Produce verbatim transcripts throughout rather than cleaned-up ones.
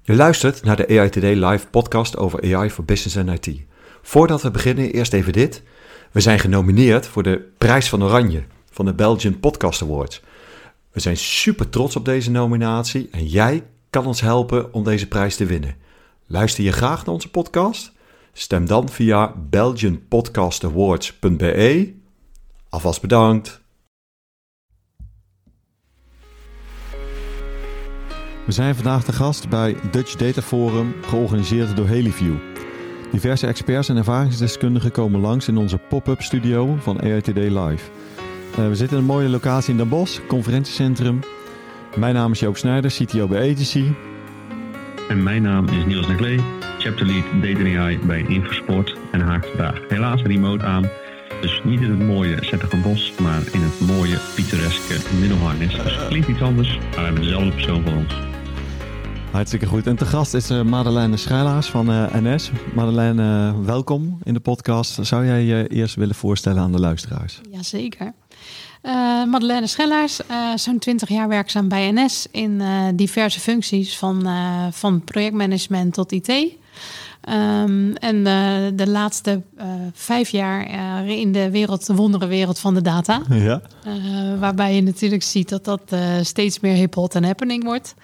Je luistert naar de A I Today Live podcast over A I voor Business en I T. Voordat we beginnen, eerst even dit. We zijn genomineerd voor de Prijs van Oranje van de Belgian Podcast Awards. We zijn super trots op deze nominatie en jij kan ons helpen om deze prijs te winnen. Luister je graag naar onze podcast? Stem dan via belgian podcast awards punt b e. Alvast bedankt. We zijn vandaag te gast bij Dutch Data Forum, georganiseerd door Heliview. Diverse experts en ervaringsdeskundigen komen langs in onze pop-up studio van A I Today Live. Uh, we zitten in een mooie locatie in Den Bosch, conferentiecentrum. Mijn naam is Joop Snijder, C T O bij Agency. En mijn naam is Niels Neglee, Chapter Lead Data A I bij Infosport en haak vandaag helaas remote aan. Dus niet in het mooie Zettergenbos, maar in het mooie, pittoreske Middelharnis. Dus het klinkt iets anders, maar we hebben dezelfde persoon van ons. Hartstikke goed. En te gast is uh, Madeleine Schijlaars van uh, N S. Madeleine, uh, welkom in de podcast. Zou jij je eerst willen voorstellen aan de luisteraars? Jazeker. Uh, Madeleine Schijlaars, uh, zo'n twintig jaar werkzaam bij N S in uh, diverse functies van, uh, van projectmanagement tot I T. Um, en uh, de laatste uh, vijf jaar uh, in de wereld, de wonderenwereld van de data. Ja. Uh, waarbij je natuurlijk ziet dat dat uh, steeds meer hip hot en happening wordt.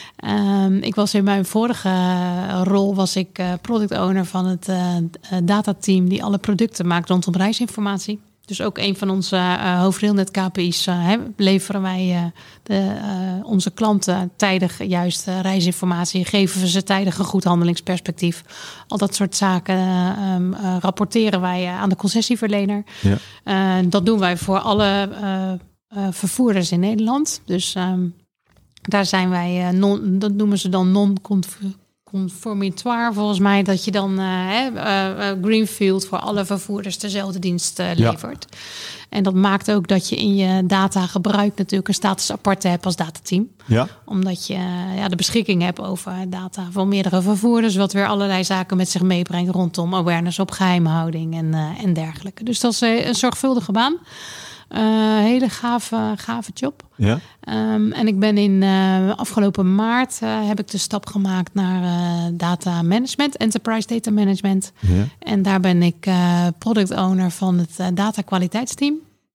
Um, ik was in mijn vorige uh, rol was ik uh, product owner van het uh, datateam die alle producten maakt rondom reisinformatie. Dus ook een van onze uh, hoofdrailnet K P I's uh, he, leveren wij uh, de, uh, onze klanten tijdig juist uh, reisinformatie. Geven we ze tijdig een goed handelingsperspectief. Al dat soort zaken uh, um, uh, rapporteren wij uh, aan de concessieverlener. Ja. Uh, dat doen wij voor alle uh, uh, vervoerders in Nederland. Dus um, daar zijn wij, uh, non, dat noemen ze dan non-conform. conformitoire volgens mij, dat je dan uh, uh, greenfield voor alle vervoerders dezelfde dienst uh, levert. Ja. En dat maakt ook dat je in je datagebruik natuurlijk een status aparte hebt als datateam. Ja. Omdat je uh, ja, de beschikking hebt over data van meerdere vervoerders, wat weer allerlei zaken met zich meebrengt rondom awareness op geheimhouding en, uh, en dergelijke. Dus dat is uh, een zorgvuldige baan. Uh, hele gave, gave job. Ja. Um, en ik ben in uh, afgelopen maart uh, heb ik de stap gemaakt naar uh, data management, enterprise data management. Ja. En daar ben ik uh, product owner van het uh, data kwaliteitsteam.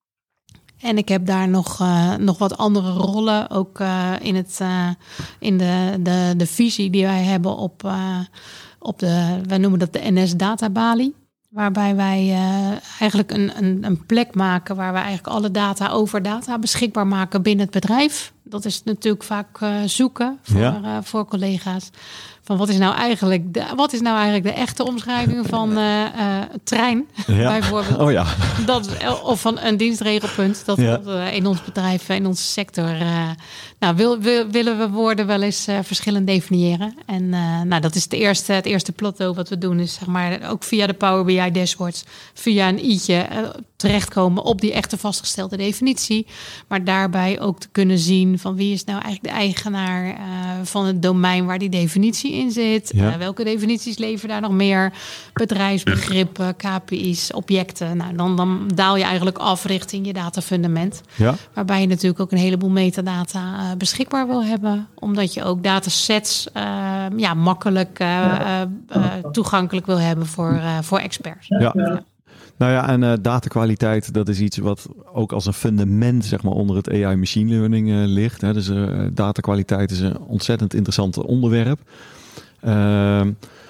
En ik heb daar nog, uh, nog wat andere rollen, ook uh, in, het, uh, in de, de, de visie die wij hebben op, uh, op de, wij noemen dat de N S Data Balie. Waarbij wij uh, eigenlijk een, een, een plek maken waar we eigenlijk alle data over data beschikbaar maken binnen het bedrijf. Dat is natuurlijk vaak uh, zoeken voor, ja. uh, voor collega's. Van wat is nou eigenlijk de, wat is nou eigenlijk de echte omschrijving van uh, uh, trein, ja. bijvoorbeeld. Oh ja. Dat, of van een dienstregelpunt. Dat ja. uh, in ons bedrijf, in onze sector, uh, nou, wil, wil, willen we woorden wel eens uh, verschillend definiëren. En uh, nou, dat is het eerste, het eerste plateau wat we doen. Is zeg maar ook via de Power B I dashboards, via een i'tje uh, terechtkomen op die echte vastgestelde definitie. Maar daarbij ook te kunnen zien van wie is nou eigenlijk de eigenaar uh, van het domein waar die definitie in zit. Ja. Uh, welke definities leveren daar nog meer? Bedrijfsbegrippen, K P I's, objecten. Nou, dan, dan daal je eigenlijk af richting je datafundament. Ja. Waarbij je natuurlijk ook een heleboel metadata uh, beschikbaar wil hebben. Omdat je ook datasets uh, ja, makkelijk uh, uh, uh, toegankelijk wil hebben voor, uh, voor experts. Ja. Ja. Nou ja, en uh, datakwaliteit, dat is iets wat ook als een fundament zeg maar onder het A I machine learning uh, ligt. Hè. Dus uh, datakwaliteit is een ontzettend interessant onderwerp. Uh,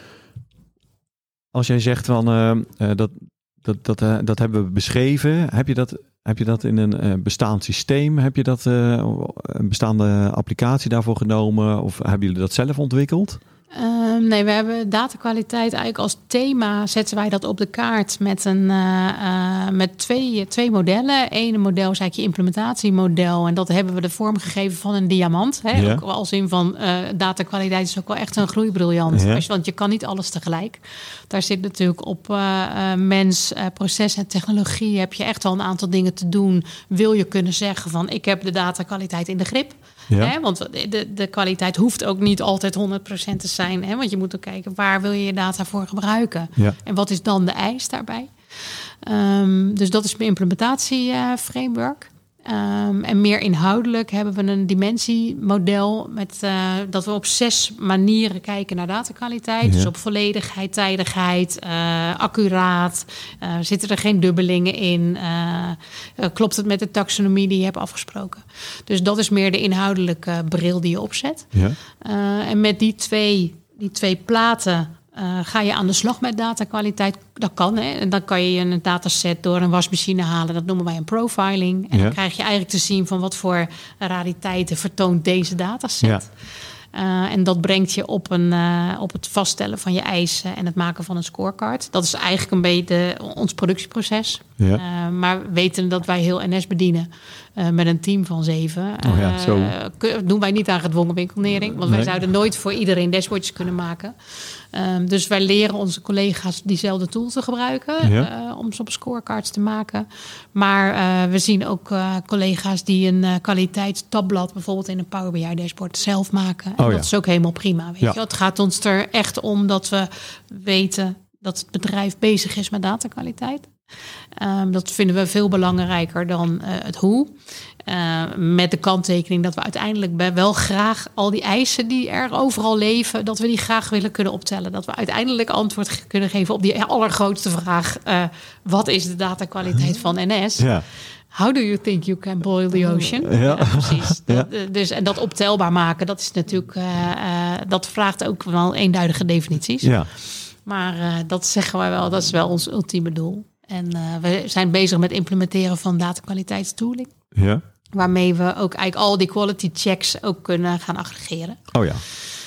als jij zegt van uh, uh, dat, dat, dat, uh, dat hebben we beschreven, heb je dat, heb je dat in een uh, bestaand systeem? Heb je dat uh, een bestaande applicatie daarvoor genomen? Of hebben jullie dat zelf ontwikkeld? Uh, nee, we hebben datakwaliteit eigenlijk als thema zetten wij dat op de kaart met, een, uh, uh, met twee, twee modellen. Eén model is eigenlijk je implementatiemodel. En dat hebben we de vorm gegeven van een diamant. Hè? Ja. Ook als in van uh, datakwaliteit is ook wel echt een groeibriljant. Ja. Want je kan niet alles tegelijk. Daar zit natuurlijk op uh, uh, mens, uh, proces en technologie. Heb je echt wel een aantal dingen te doen. Wil je kunnen zeggen van ik heb de datakwaliteit in de grip. Ja. Hè? Want de, de kwaliteit hoeft ook niet altijd honderd procent te zijn. Hè? Want je moet ook kijken, waar wil je je data voor gebruiken? Ja. En wat is dan de eis daarbij? Um, dus dat is mijn implementatieframework. Um, en meer inhoudelijk hebben we een dimensiemodel met uh, dat we op zes manieren kijken naar datakwaliteit. Ja. Dus op volledigheid, tijdigheid, uh, accuraat. Uh, zitten er geen dubbelingen in? Uh, uh, klopt het met de taxonomie die je hebt afgesproken? Dus dat is meer de inhoudelijke bril die je opzet. Ja. Uh, en met die twee, die twee platen Uh, ga je aan de slag met datakwaliteit? Dat kan, hè? En dan kan je een dataset door een wasmachine halen. Dat noemen wij een profiling. En ja. dan krijg je eigenlijk te zien van wat voor rariteiten vertoont deze dataset. Ja. Uh, en dat brengt je op, een, uh, op het vaststellen van je eisen en het maken van een scorecard. Dat is eigenlijk een beetje de, ons productieproces. Ja. Uh, maar weten dat wij heel N S bedienen uh, met een team van zeven. Oh ja, zo. Uh, doen wij niet aan gedwongen winkelnering. Want nee. wij zouden nooit voor iedereen dashboardjes kunnen maken. Um, dus wij leren onze collega's diezelfde tool te gebruiken. Ja. Uh, om soms scorecards te maken. Maar uh, we zien ook uh, collega's die een uh, kwaliteitstabblad bijvoorbeeld in een Power B I dashboard zelf maken. En oh, dat ja. is ook helemaal prima. Weet ja. je? Het gaat ons er echt om dat we weten dat het bedrijf bezig is met datakwaliteit. Um, dat vinden we veel belangrijker dan uh, het hoe. Uh, met de kanttekening dat we uiteindelijk bij wel graag al die eisen die er overal leven, dat we die graag willen kunnen optellen. Dat we uiteindelijk antwoord g- kunnen geven op die allergrootste vraag. Uh, wat is de datakwaliteit van N S? Ja. How do you think you can boil the ocean? Ja, ja precies. Ja. Dat, dus, en dat optelbaar maken, dat is natuurlijk, uh, uh, dat vraagt ook wel eenduidige definities. Ja. Maar uh, dat zeggen wij wel, dat is wel ons ultieme doel. En uh, we zijn bezig met implementeren van datakwaliteitstooling. Ja. Waarmee we ook eigenlijk al die quality checks ook kunnen gaan aggregeren. Oh ja.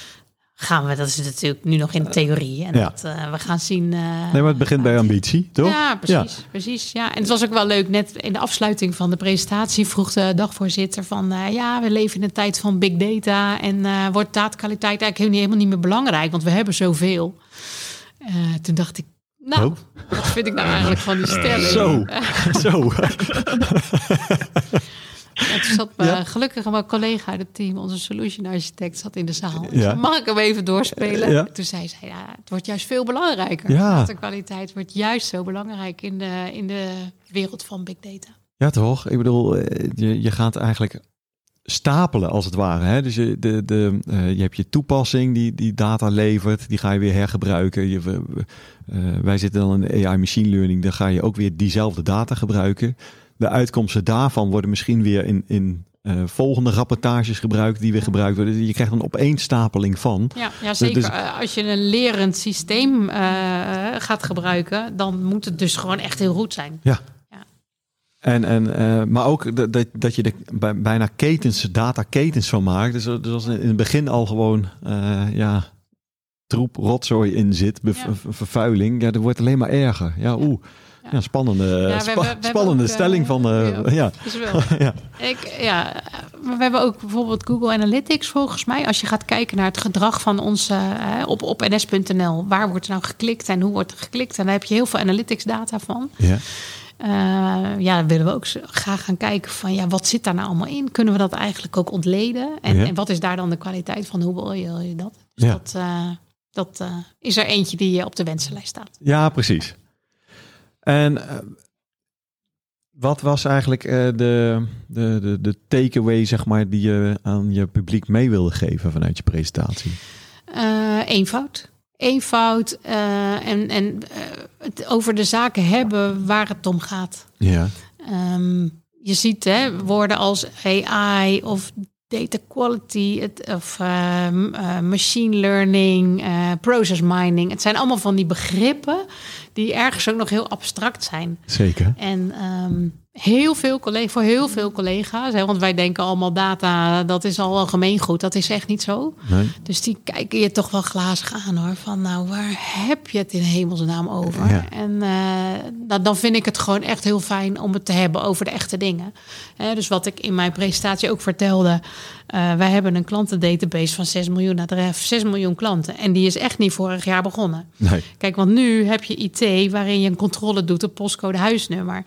Gaan we, dat is natuurlijk nu nog in de theorie. En ja. dat, uh, we gaan zien. Uh, nee, maar het begint bij ambitie, toch? Ja, precies. Ja. precies ja. En het was ook wel leuk. Net in de afsluiting van de presentatie vroeg de dagvoorzitter van uh, ja, we leven in een tijd van big data. En uh, wordt datakwaliteit eigenlijk helemaal niet meer belangrijk, want we hebben zoveel. Uh, toen dacht ik, nou, oh. wat vind ik nou eigenlijk van die stelling? Zo, zo. Ja, toen zat uh, ja. gelukkig mijn collega uit het team, onze solution architect, zat in de zaal. Ja. Zei, mag ik hem even doorspelen? Ja. Toen zei zij, ja, het wordt juist veel belangrijker. Ja. De kwaliteit wordt juist zo belangrijk in de, in de wereld van big data. Ja, toch? Ik bedoel, je, je gaat eigenlijk stapelen als het ware. Hè? Dus je, de, de, uh, je hebt je toepassing die, die data levert, die ga je weer hergebruiken. Je, uh, wij zitten dan in de A I machine learning, dan ga je ook weer diezelfde data gebruiken. De uitkomsten daarvan worden misschien weer in, in uh, volgende rapportages gebruikt, die weer gebruikt worden. Je krijgt een opeenstapeling van. Ja, ja zeker. Dus, als je een lerend systeem uh, gaat gebruiken, dan moet het dus gewoon echt heel goed zijn. Ja. ja. En, en, uh, maar ook dat, dat, dat je er bijna ketens, dataketens van maakt. Dus, dus als in het begin al gewoon uh, ja, troep, rotzooi in zit, bev- ja. vervuiling, ja, dat wordt alleen maar erger. Ja, ja. oeh. Ja, ja spannende, ja, we hebben, we spannende ook, stelling van... Uh, ja, ja. Is wel. ja. Ik, ja, we hebben ook bijvoorbeeld Google Analytics volgens mij. Als je gaat kijken naar het gedrag van ons uh, op, op N S punt N L. Waar wordt er nou geklikt en hoe wordt er geklikt? En daar heb je heel veel analytics data van. Ja. Uh, ja, dan willen we ook graag gaan kijken van... ja, wat zit daar nou allemaal in? Kunnen we dat eigenlijk ook ontleden? En, ja. en wat is daar dan de kwaliteit van? Hoe beoordeel je dat? Dus ja. dat, uh, dat uh, is er eentje die op de wensenlijst staat. Ja, precies. En uh, wat was eigenlijk uh, de, de, de, de takeaway, zeg maar, die je aan je publiek mee wilde geven vanuit je presentatie? Uh, eenvoud. Eenvoud uh, en, en uh, het over de zaken hebben waar het om gaat. Ja. Um, je ziet hè, woorden als A I of data quality, het, of uh, uh, machine learning, uh, process mining. Het zijn allemaal van die begrippen die ergens ook nog heel abstract zijn. Zeker. En um, heel veel collega's, voor heel veel collega's, hè, want wij denken allemaal data, dat is al wel gemeengoed. Dat is echt niet zo. Nee. Dus die kijken je toch wel glazig aan hoor. Van nou, waar heb je het in hemelsnaam over? Ja. En uh, nou, dan vind ik het gewoon echt heel fijn om het te hebben over de echte dingen. Hè, dus wat ik in mijn presentatie ook vertelde. Uh, wij hebben een klantendatabase van zes miljoen adres, zes miljoen klanten. En die is echt niet vorig jaar begonnen. Nee. Kijk, want nu heb je I T waarin je een controle doet op postcode huisnummer.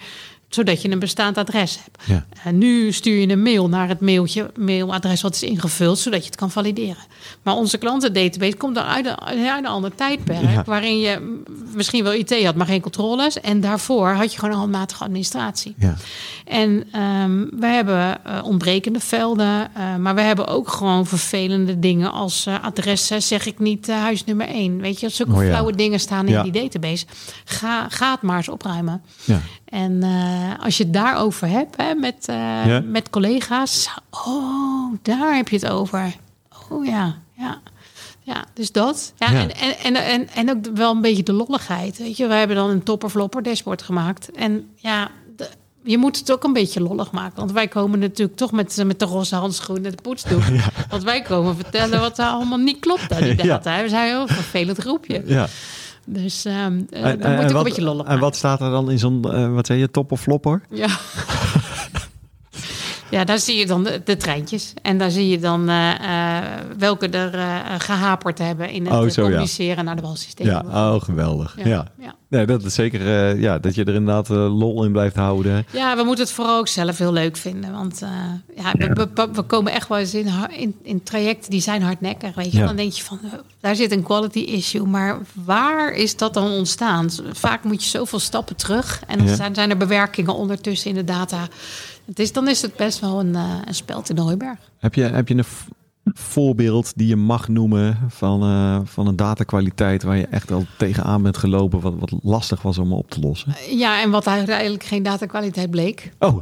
zodat je een bestaand adres hebt. Ja. En nu stuur je een mail naar het mailtje, mailadres wat is ingevuld, zodat je het kan valideren. Maar onze klantendatabase komt dan uit een, uit een ander tijdperk, Ja. waarin je misschien wel I T had, maar geen controles. En daarvoor had je gewoon een handmatige administratie. Ja. En um, we hebben uh, ontbrekende velden, uh, maar we hebben ook gewoon vervelende dingen als uh, adressen, zeg ik niet uh, huis nummer één. Weet je, zulke Oh ja. flauwe dingen staan in Ja. die database. Ga, ga het maar eens opruimen. Ja. En uh, als je het daarover hebt hè, met, uh, Ja. met collega's. Oh, daar heb je het over. Oh ja, ja. Ja, dus dat. Ja, Ja. En, en, en, en, en ook wel een beetje de lolligheid. Weet je, we hebben dan een topper-flopper dashboard gemaakt. En ja, de, je moet het ook een beetje lollig maken. Want wij komen natuurlijk toch met, met de roze handschoen en de poetsdoek. Ja. Want wij komen vertellen wat er allemaal niet klopt aan die data. Ja. We zijn een heel vervelend groepje. Ja. Dus um, uh, En, dan moet en ik wat, een beetje lollig maken. En wat staat er dan in zo'n, uh, wat zei je, top of flopper? Ja. Ja, daar zie je dan de, de treintjes. En daar zie je dan uh, uh, welke er uh, gehaperd hebben in het oh, zo, communiceren ja. naar de balsysteem. Ja, oh, geweldig. Ja. Ja. Ja. Nee, dat is zeker uh, ja, dat je er inderdaad uh, lol in blijft houden. Ja, we moeten het vooral ook zelf heel leuk vinden. Want uh, ja, we, we, we komen echt wel eens in, in, in trajecten die zijn hardnekkig. Weet je? Ja. Dan denk je van, uh, daar zit een quality issue. Maar waar is dat dan ontstaan? Vaak moet je zoveel stappen terug. En dan ja. zijn, zijn er bewerkingen ondertussen in de data. Het is, dan is het best wel een, uh, een speld in de hooiberg. Heb je, heb je een v- voorbeeld die je mag noemen van, uh, van een datakwaliteit waar je echt al tegenaan bent gelopen, wat, wat lastig was om op te lossen? Uh, ja, en wat eigenlijk geen datakwaliteit bleek. Oh.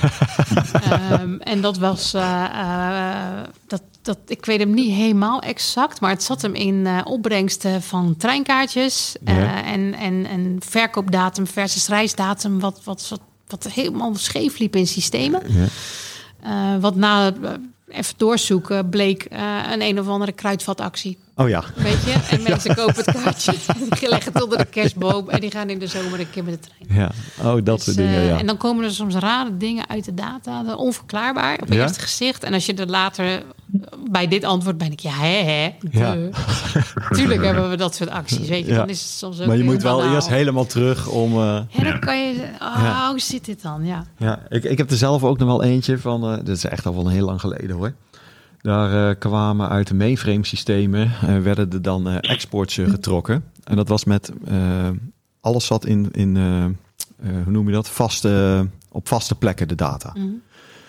um, en dat was, uh, uh, dat, dat, ik weet hem niet helemaal exact, maar het zat hem in uh, opbrengsten van treinkaartjes uh, ja. en, en, en verkoopdatum versus reisdatum, wat, wat, wat Wat helemaal scheef liep in systemen. Ja. Uh, wat na uh, even doorzoeken bleek uh, een een of andere kruidvatactie. Oh ja. Weet je? En mensen ja. kopen het kaartje, die leggen het onder de kerstboom en die gaan in de zomer een keer met de trein. Ja. Oh, dat dus, soort dingen, ja. En dan komen er soms rare dingen uit de data, onverklaarbaar op het ja? eerste gezicht. En als je er later bij dit antwoord ben ik, ja, hè, hè. Ja. Tuurlijk hebben we dat soort acties, weet je. Ja. Dan is het soms ook maar je moet wel banaal. Eerst helemaal terug om... Uh, ja, dan kan je... Oh, ja. hoe zit dit dan? Ja, ja ik, ik heb er zelf ook nog wel eentje van... Uh, dit is echt al wel heel lang geleden, hoor. Daar uh, kwamen uit de mainframe systemen... Uh, werden er dan uh, exports uh, getrokken. En dat was met... Uh, alles zat in... in uh, uh, hoe noem je dat? Vaste, op vaste plekken, de data. Mm-hmm.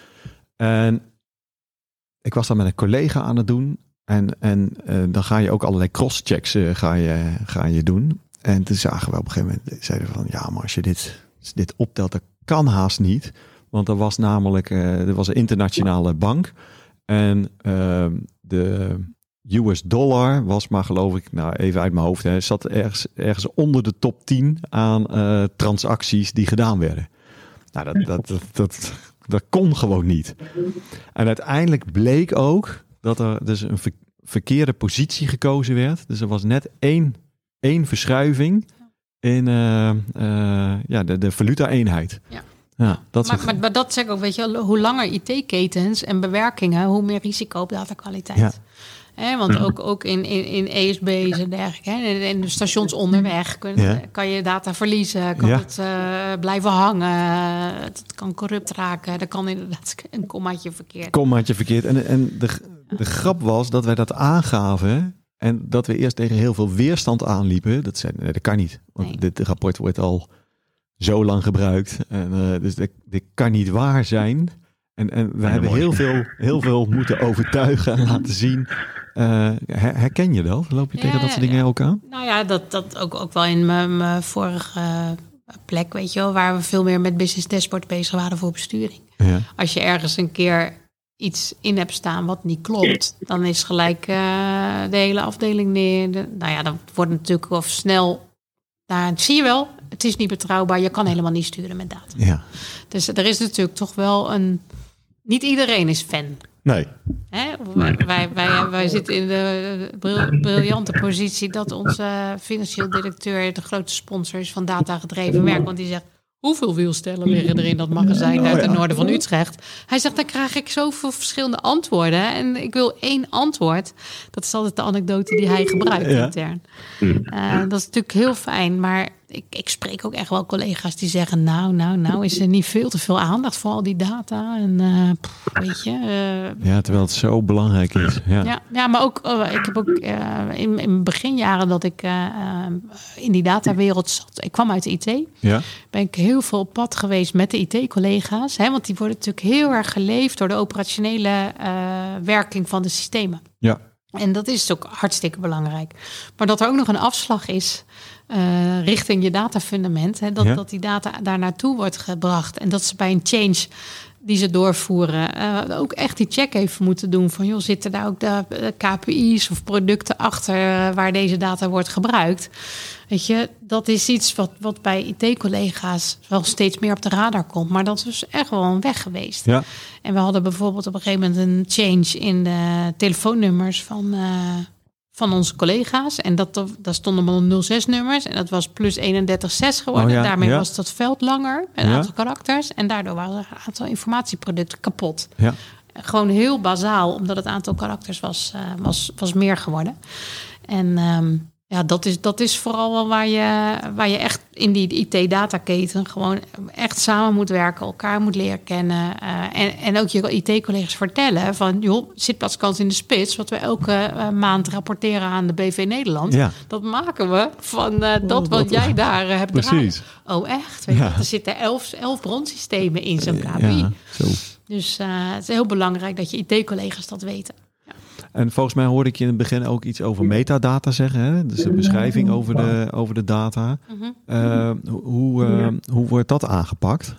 En... Ik was dan met een collega aan het doen. En, en uh, dan ga je ook allerlei cross-checks uh, ga je, ga je doen. En toen zagen we op een gegeven moment... zeiden we van, ja, maar als je dit, als dit optelt... dat kan haast niet. Want er was namelijk... Uh, er was een internationale bank. En uh, de U S dollar was maar, geloof ik... nou, even uit mijn hoofd... Hè, zat ergens, ergens onder de top tien aan uh, transacties die gedaan werden. Nou, dat... dat, dat, dat Dat kon gewoon niet. En uiteindelijk bleek ook dat er dus een ver- verkeerde positie gekozen werd. Dus er was net één, één verschuiving in uh, uh, ja, de, de valuta-eenheid. Ja. Ja, dat maar, maar, maar dat zeg ik ook, weet je, hoe langer I T-ketens en bewerkingen, hoe meer risico op datakwaliteit. Ja. He, want ook, ook in, in, in E S B's en dergelijke, hè, in de stations onderweg kun, ja. kan je data verliezen, kan ja. het uh, blijven hangen, het kan corrupt raken, er kan inderdaad een kommaatje verkeerd. Kommaatje verkeerd. En, en de, de grap was dat wij dat aangaven en dat we eerst tegen heel veel weerstand aanliepen. Dat zei, nee, dat kan niet, want nee. dit rapport wordt al zo lang gebruikt. En, uh, dus dit, dit kan niet waar zijn. En, en we ja, hebben heel veel, heel veel moeten overtuigen en laten zien. Uh, herken je dat? Loop je ja, tegen dat soort dingen ja. ook aan? Nou ja, dat, dat ook, ook wel in mijn, mijn vorige plek, weet je wel, waar we veel meer met business dashboard bezig waren voor besturing. Ja. Als je ergens een keer iets in hebt staan wat niet klopt, dan is gelijk uh, de hele afdeling neer. De, nou ja, dan wordt het natuurlijk of snel. Nou, zie je wel, het is niet betrouwbaar. Je kan helemaal niet sturen met data. Ja. Dus er is natuurlijk toch wel een. Niet iedereen is fan. Nee. Hè? Wij, wij, wij, wij zitten in de briljante positie dat onze financieel directeur de grootste sponsor is van datagedreven werk. Want die zegt, hoeveel wielstellen liggen er in dat magazijn uit het noorden van Utrecht? Hij zegt, dan krijg ik zoveel verschillende antwoorden. En ik wil één antwoord. Dat is altijd de anekdote die hij gebruikt ja. intern. Uh, dat is natuurlijk heel fijn, maar ik, ik spreek ook echt wel collega's die zeggen... nou, nou, nou is er niet veel te veel aandacht voor al die data. En uh, pff, weet je... Uh, ja, terwijl het zo belangrijk is. Ja, ja, ja maar ook... Uh, ik heb ook uh, in, in beginjaren dat ik uh, uh, in die datawereld zat... Ik kwam uit de I T. Ja. Ben ik heel veel op pad geweest met de I T-collega's. Hè, want die worden natuurlijk heel erg geleefd... door de operationele uh, werking van de systemen. Ja. En dat is ook hartstikke belangrijk. Maar dat er ook nog een afslag is uh, richting je datafundament. Hè, dat, ja. dat die data daar naartoe wordt gebracht. En dat ze bij een change die ze doorvoeren uh, ook echt die check even moeten doen. Van joh, zitten daar ook de, de K P I's of producten achter uh, waar deze data wordt gebruikt? Weet je, dat is iets wat, wat bij I T-collega's wel steeds meer op de radar komt. Maar dat is dus echt wel een weg geweest. Ja. En we hadden bijvoorbeeld op een gegeven moment een change in de telefoonnummers van, uh, van onze collega's. En dat, daar stonden maar nul zes nummers. En dat was plus eenendertig zes geworden. Oh ja, daarmee ja. was dat veld langer. Een ja. aantal karakters. En daardoor waren er een aantal informatieproducten kapot. Ja. Gewoon heel bazaal, omdat het aantal karakters was, uh, was, was meer geworden. En... Um, Ja, dat is, dat is vooral wel waar je, waar je echt in die I T-dataketen gewoon echt samen moet werken, elkaar moet leren kennen. Uh, en, en ook je I T-collega's vertellen van, joh, zitplaatskans in de spits, wat we elke uh, maand rapporteren aan de B V Nederland. Ja. Dat maken we van uh, dat oh, wat, wat jij daar uh, hebt Precies. Draaien. Oh, echt? Weet ja. je, er zitten elf, elf bronsystemen in zo'n K P I. Ja, zo. Dus uh, het is heel belangrijk dat je I T-collega's dat weten. En volgens mij hoorde ik je in het begin ook iets over metadata zeggen. Hè? Dus de beschrijving over de, over de data. Mm-hmm. Uh, hoe, uh, hoe wordt dat aangepakt?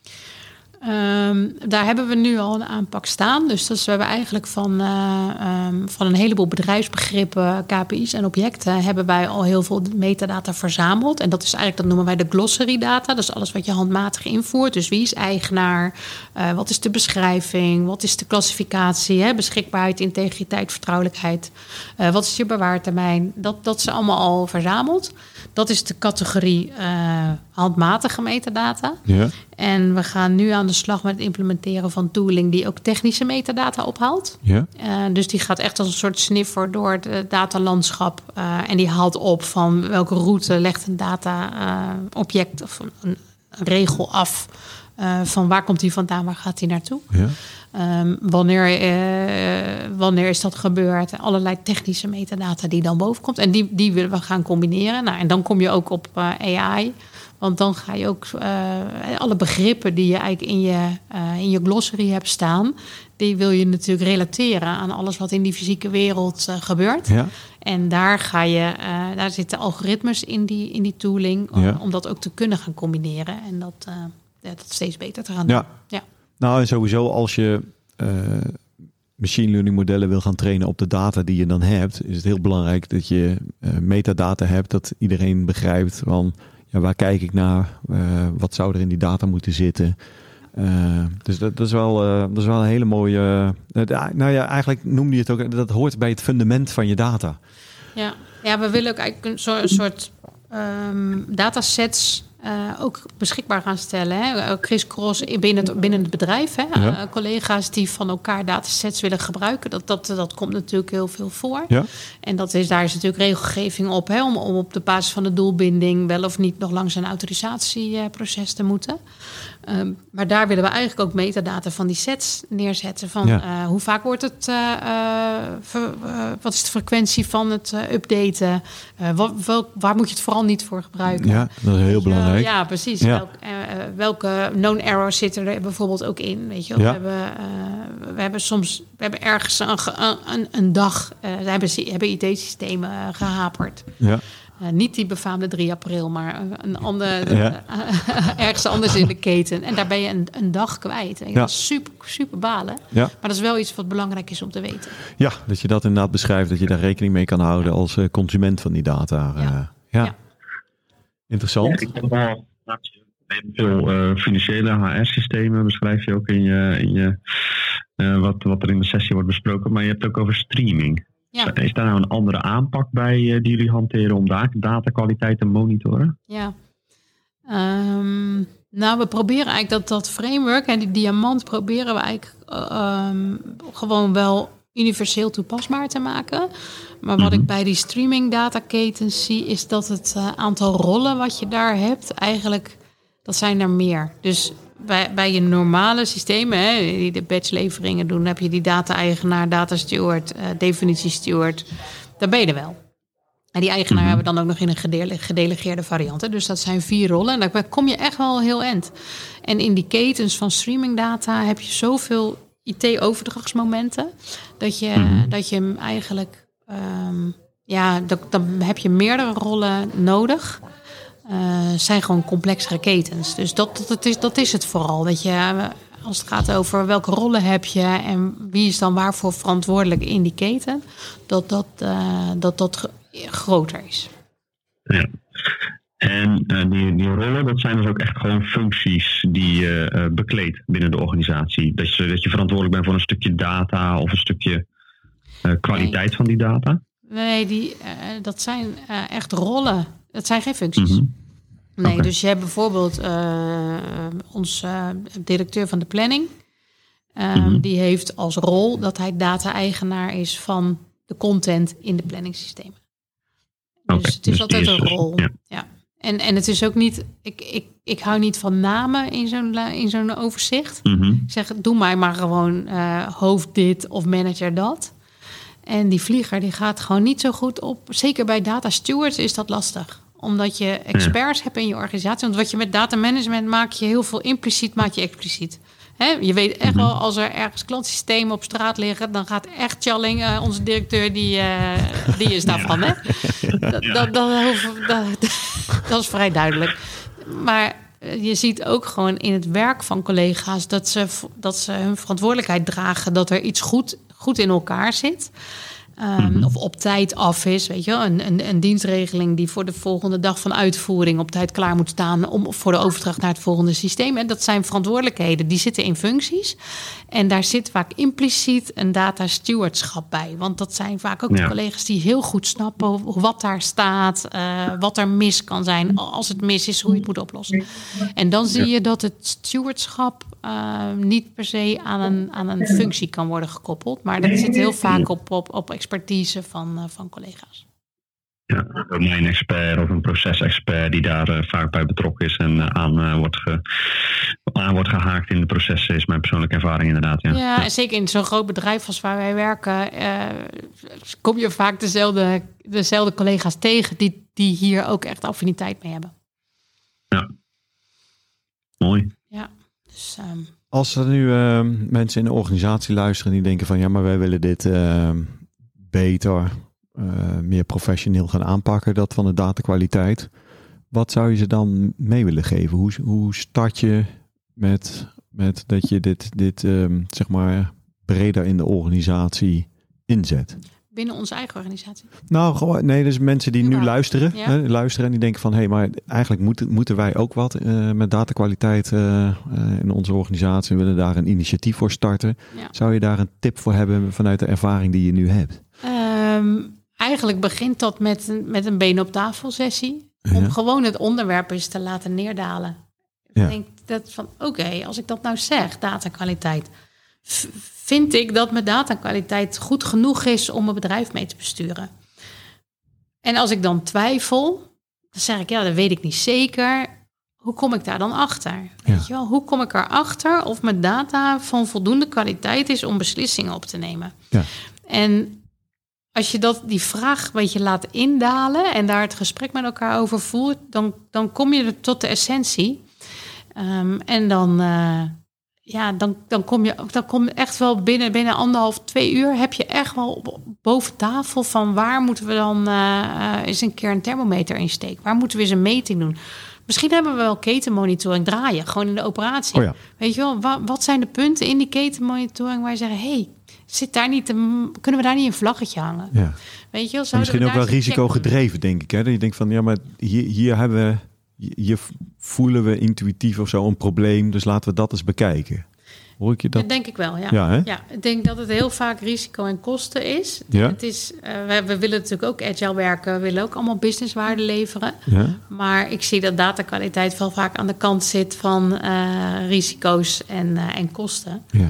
Um, daar hebben we nu al een aanpak staan. Dus dat is, we hebben eigenlijk van, uh, um, van een heleboel bedrijfsbegrippen, K P I's en objecten... hebben wij al heel veel metadata verzameld. En dat is eigenlijk, dat noemen wij de glossary data. Dat is alles wat je handmatig invoert. Dus wie is eigenaar? Uh, wat is de beschrijving? Wat is de klassificatie? Hè? Beschikbaarheid, integriteit, vertrouwelijkheid. Uh, wat is je bewaartermijn? Dat, dat is allemaal al verzameld. Dat is de categorie uh, handmatige metadata. Ja. En we gaan nu aan de slag met het implementeren van tooling die ook technische metadata ophaalt. Ja. Uh, dus die gaat echt als een soort sniffer door het uh, datalandschap. Uh, en die haalt op van welke route legt een data uh, object of een, een regel af. Uh, van waar komt die vandaan, waar gaat die naartoe? Ja. Um, wanneer, uh, wanneer is dat gebeurd? Allerlei technische metadata die dan boven komt. En die, die willen we gaan combineren. Nou, en dan kom je ook op uh, A I. Want dan ga je ook uh, alle begrippen die je eigenlijk in je, uh, in je glossary hebt staan... die wil je natuurlijk relateren aan alles wat in die fysieke wereld uh, gebeurt. Ja. En daar ga je, uh, daar zitten algoritmes in die, in die tooling... Om, ja. om dat ook te kunnen gaan combineren. En dat, uh, dat steeds beter te gaan doen. Ja. Ja. Nou, en sowieso als je uh, machine learning modellen wil gaan trainen op de data die je dan hebt... is het heel belangrijk dat je uh, metadata hebt, dat iedereen begrijpt van... Ja, waar kijk ik naar? Uh, wat zou er in die data moeten zitten? Uh, dus dat, dat, is wel, uh, dat is wel een hele mooie... Uh, nou ja, eigenlijk noemde je het ook... Dat hoort bij het fundament van je data. Ja, ja we willen ook eigenlijk een soort, een soort um, datasets... Uh, ook beschikbaar gaan stellen. Hè? Criss-cross binnen het, binnen het bedrijf. Hè? Ja. Uh, collega's die van elkaar datasets willen gebruiken. Dat, dat, dat komt natuurlijk heel veel voor. Ja. En dat is, daar is natuurlijk regelgeving op. Hè? Om, om op de basis van de doelbinding... wel of niet nog langs een autorisatieproces te moeten. Um, maar daar willen we eigenlijk ook metadata van die sets neerzetten. Van ja. uh, hoe vaak wordt het... Uh, uh, ver, uh, wat is de frequentie van het uh, updaten? Uh, wat, wel, waar moet je het vooral niet voor gebruiken? Ja, dat is heel belangrijk. Uh, ja, precies. Ja. Welk, uh, welke known errors zitten er bijvoorbeeld ook in? Weet je, ja. we, hebben, uh, we hebben soms we hebben ergens een, een, een dag... Uh, hebben, hebben I T-systemen uh, gehaperd. Ja. Uh, niet die befaamde drie april, maar een ander, ja. uh, ergens anders in de keten. En daar ben je een, een dag kwijt. En ja. Dat is super, super balen. Ja. Maar dat is wel iets wat belangrijk is om te weten. Ja, dat je dat inderdaad beschrijft, dat je daar rekening mee kan houden als uh, consument van die data. Uh, ja. Ja. ja. Interessant. Ja, ik denk wel, veel uh, financiële H R-systemen beschrijf je ook in je, in je uh, wat, wat er in de sessie wordt besproken. Maar je hebt het ook over streaming. Ja. Is daar nou een andere aanpak bij uh, die jullie hanteren om da- datakwaliteit te monitoren? Ja. Um, nou, we proberen eigenlijk dat, dat framework en die diamant proberen we eigenlijk uh, um, gewoon wel universeel toepasbaar te maken. Maar wat mm-hmm. ik bij die streaming dataketens zie, is dat het uh, aantal rollen wat je daar hebt, eigenlijk, dat zijn er meer. Dus bij, bij je normale systemen, hè, die de batchleveringen doen, heb je die data-eigenaar, data steward, uh, definitie steward. Daar ben je er wel. En die eigenaar mm-hmm. hebben we dan ook nog in een gedele- gedelegeerde variant. Hè. Dus dat zijn vier rollen. En daar kom je echt wel heel eind. En in die ketens van streamingdata heb je zoveel I T-overdrachtsmomenten dat je, mm-hmm. dat je hem eigenlijk, um, ja, dat, dan heb je meerdere rollen nodig. Uh, zijn gewoon complexere ketens. Dus dat, dat, is, dat is het vooral. Dat je, als het gaat over welke rollen heb je en wie is dan waarvoor verantwoordelijk in die keten, dat dat, uh, dat, dat groter is. Ja. En uh, die, die rollen, dat zijn dus ook echt gewoon functies die je uh, bekleedt binnen de organisatie. Dat je, dat je verantwoordelijk bent voor een stukje data of een stukje uh, kwaliteit nee. van die data? Nee, die, uh, dat zijn uh, echt rollen. Dat zijn geen functies. Mm-hmm. Nee, okay. Dus je hebt bijvoorbeeld uh, ons uh, directeur van de planning. Um, mm-hmm. Die heeft als rol dat hij data-eigenaar is van de content in de planningssystemen. Dus okay, het is dus altijd een rol. Ja. ja. En, en het is ook niet, ik, ik, ik hou niet van namen in zo'n, in zo'n overzicht. Mm-hmm. Ik zeg, doe mij maar gewoon uh, hoofd dit of manager dat. En die vlieger die gaat gewoon niet zo goed op. Zeker bij data stewards is dat lastig. Omdat je experts ja. hebt in je organisatie. Want wat je met data management maak je heel veel impliciet, maak je expliciet. He, je weet echt wel, als er ergens klantsystemen op straat liggen, dan gaat echt Challing, uh, onze directeur, die, uh, die is daarvan. Ja. Hè? Dat, ja. dat, dat, dat, dat is vrij duidelijk. Maar je ziet ook gewoon in het werk van collega's dat ze, dat ze hun verantwoordelijkheid dragen, dat er iets goed, goed in elkaar zit. Um, mm-hmm. Of op tijd af is, weet je wel. Een, een, een dienstregeling die voor de volgende dag van uitvoering op tijd klaar moet staan om voor de overdracht naar het volgende systeem. En dat zijn verantwoordelijkheden, die zitten in functies. En daar zit vaak impliciet een data stewardschap bij. Want dat zijn vaak ook ja. de collega's die heel goed snappen wat daar staat, uh, wat er mis kan zijn, als het mis is, hoe je het moet oplossen. En dan zie je dat het stewardschap uh, niet per se aan een, aan een functie kan worden gekoppeld. Maar dat zit heel vaak op, op, op expertise van, uh, van collega's. Ja, een domein-expert of een procesexpert die daar uh, vaak bij betrokken is en uh, aan, uh, wordt ge, aan wordt gehaakt in de processen, is mijn persoonlijke ervaring inderdaad. Ja, ja, ja. En zeker in zo'n groot bedrijf als waar wij werken, uh, kom je vaak dezelfde, dezelfde collega's tegen die, die hier ook echt affiniteit mee hebben. Ja, mooi. Ja, dus... Um, Als er nu uh, mensen in de organisatie luisteren die denken van ja, maar wij willen dit uh, beter, uh, meer professioneel gaan aanpakken, dat van de datakwaliteit. Wat zou je ze dan mee willen geven? Hoe, hoe start je met, met dat je dit, dit um, zeg maar breder in de organisatie inzet? Binnen onze eigen organisatie? Nou, gewoon, nee, dus mensen die nu luisteren, ja. hè, luisteren en die denken van hé, hey, maar eigenlijk moeten, moeten wij ook wat uh, met datakwaliteit uh, uh, in onze organisatie. We willen daar een initiatief voor starten. Ja. Zou je daar een tip voor hebben vanuit de ervaring die je nu hebt? Um, eigenlijk begint dat met een, met een been op tafel sessie. Om ja. gewoon het onderwerp eens te laten neerdalen. Ja. Ik denk dat van oké, okay, als ik dat nou zeg, datakwaliteit. V- vind ik dat mijn datakwaliteit goed genoeg is om mijn bedrijf mee te besturen? En als ik dan twijfel, dan zeg ik, ja, dat weet ik niet zeker. Hoe kom ik daar dan achter? Ja. Weet je wel? Hoe kom ik erachter of mijn data van voldoende kwaliteit is om beslissingen op te nemen? Ja. En als je dat, die vraag een beetje laat indalen en daar het gesprek met elkaar over voert, dan, dan kom je er tot de essentie. Um, en dan... Uh, Ja, dan, dan kom je dan kom je echt wel binnen, binnen anderhalf, twee uur heb je echt wel boven tafel van waar moeten we dan uh, eens een keer een thermometer insteken? Waar moeten we eens een meting doen? Misschien hebben we wel ketenmonitoring draaien, gewoon in de operatie. Oh ja. Weet je wel, wat, wat zijn de punten in die ketenmonitoring waar je zegt, hé, hey, zit daar niet een, kunnen we daar niet een vlaggetje hangen? Ja. Weet je wel, misschien ook wel risicogedreven, denk ik. Hè? Dat je denkt van, ja, maar hier, hier hebben we... Hier voelen we intuïtief of zo een probleem, dus laten we dat eens bekijken. Hoor ik je dat? Dat denk ik wel, ja. Ja, hè? Ja, ik denk dat het heel vaak risico en kosten is. Ja. Het is uh, we, we willen natuurlijk ook agile werken, we willen ook allemaal businesswaarde leveren. Ja. Maar ik zie dat datakwaliteit wel vaak aan de kant zit van uh, risico's en, uh, en kosten. Ja.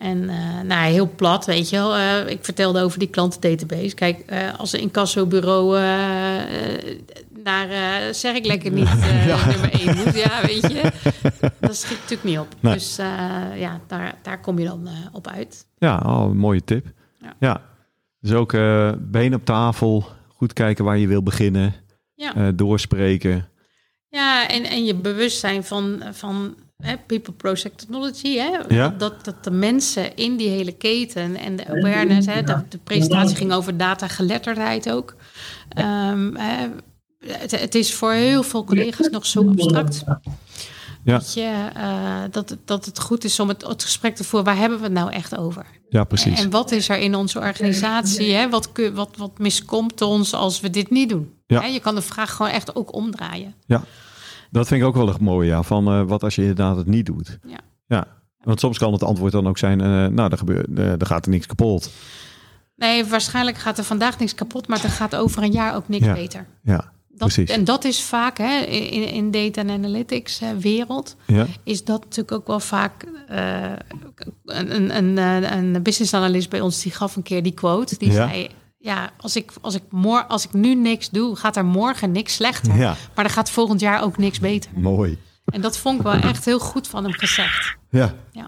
En uh, nou, heel plat, weet je wel. Uh, ik vertelde over die klantendatabase. Kijk, uh, als een incassobureau uh, uh, naar, uh, zeg ik lekker niet, uh, ja. nummer één moet. Ja, weet je. Dat schiet natuurlijk niet op. Nee. Dus uh, ja, daar, daar kom je dan uh, op uit. Ja, oh, een mooie tip. Ja. ja. Dus ook uh, been op tafel, goed kijken waar je wil beginnen. Ja. Uh, doorspreken. Ja, en, en je bewustzijn van... van He, people, process, technology. Hè? Ja. Dat, dat de mensen in die hele keten en de awareness... Hè, de, de presentatie ging over datageletterdheid ook. Um, hè, het, het is voor heel veel collega's nog zo abstract. Ja. Dat, je, uh, dat, dat het goed is om het, het gesprek te voeren. Waar hebben we het nou echt over? Ja, precies. En wat is er in onze organisatie? Hè? Wat, wat, wat miskomt ons als we dit niet doen? Ja. Hè? Je kan de vraag gewoon echt ook omdraaien. Ja. Dat vind ik ook wel een mooie, ja. Van uh, wat als je inderdaad het niet doet. Ja. ja. Want soms kan het antwoord dan ook zijn, uh, nou, er, gebeurt, uh, er gaat er niks kapot. Nee, waarschijnlijk gaat er vandaag niks kapot, maar er gaat over een jaar ook niks ja. beter. Ja, dat, precies. En dat is vaak, hè, in, in data en analytics hè, wereld, ja. is dat natuurlijk ook wel vaak... Uh, een, een, een, een business analyst bij ons, die gaf een keer die quote. Die ja. zei... Ja, als ik, als, ik mor- als ik nu niks doe, gaat er morgen niks slechter. Ja. Maar er gaat volgend jaar ook niks beter. Mooi. En dat vond ik wel echt heel goed van hem gezegd. Ja. ja.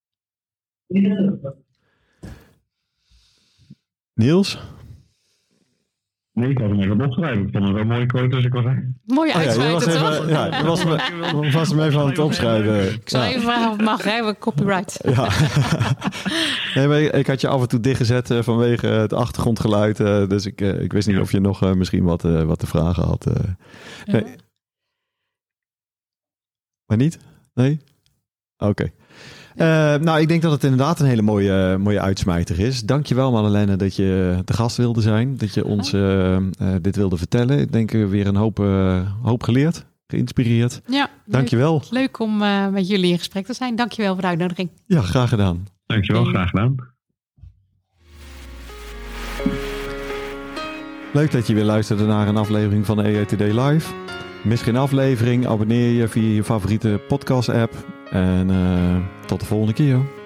Niels? Nee, ik had hem even opschrijven. Ik vond het wel een mooie quote, dus ik was er. Mooi uitsmijten, oh, ja, toch? Ja, je was, me, was hem even aan het opschrijven. Ik zou ja. even vragen of het mag, hè? Copyright. Ja. Nee, maar ik, ik had je af en toe dichtgezet uh, vanwege het achtergrondgeluid. Uh, dus ik, uh, ik wist niet ja. of je nog uh, misschien wat, uh, wat te vragen had. Uh. Nee. Ja. Maar niet? Nee? Oké. Okay. Uh, nou, ik denk dat het inderdaad een hele mooie, uh, mooie uitsmijter is. Dankjewel, Madeleine, dat je te gast wilde zijn. Dat je ons uh, uh, dit wilde vertellen. Ik denk uh, weer een hoop, uh, hoop geleerd, geïnspireerd. Ja, dankjewel. Leuk, leuk om uh, met jullie in gesprek te zijn. Dankjewel voor de uitnodiging. Ja, graag gedaan. Dankjewel, okay. graag gedaan. Leuk dat je weer luisterde naar een aflevering van A I Today Live. Mis geen aflevering, abonneer je via je favoriete podcast app. En uh, tot de volgende keer.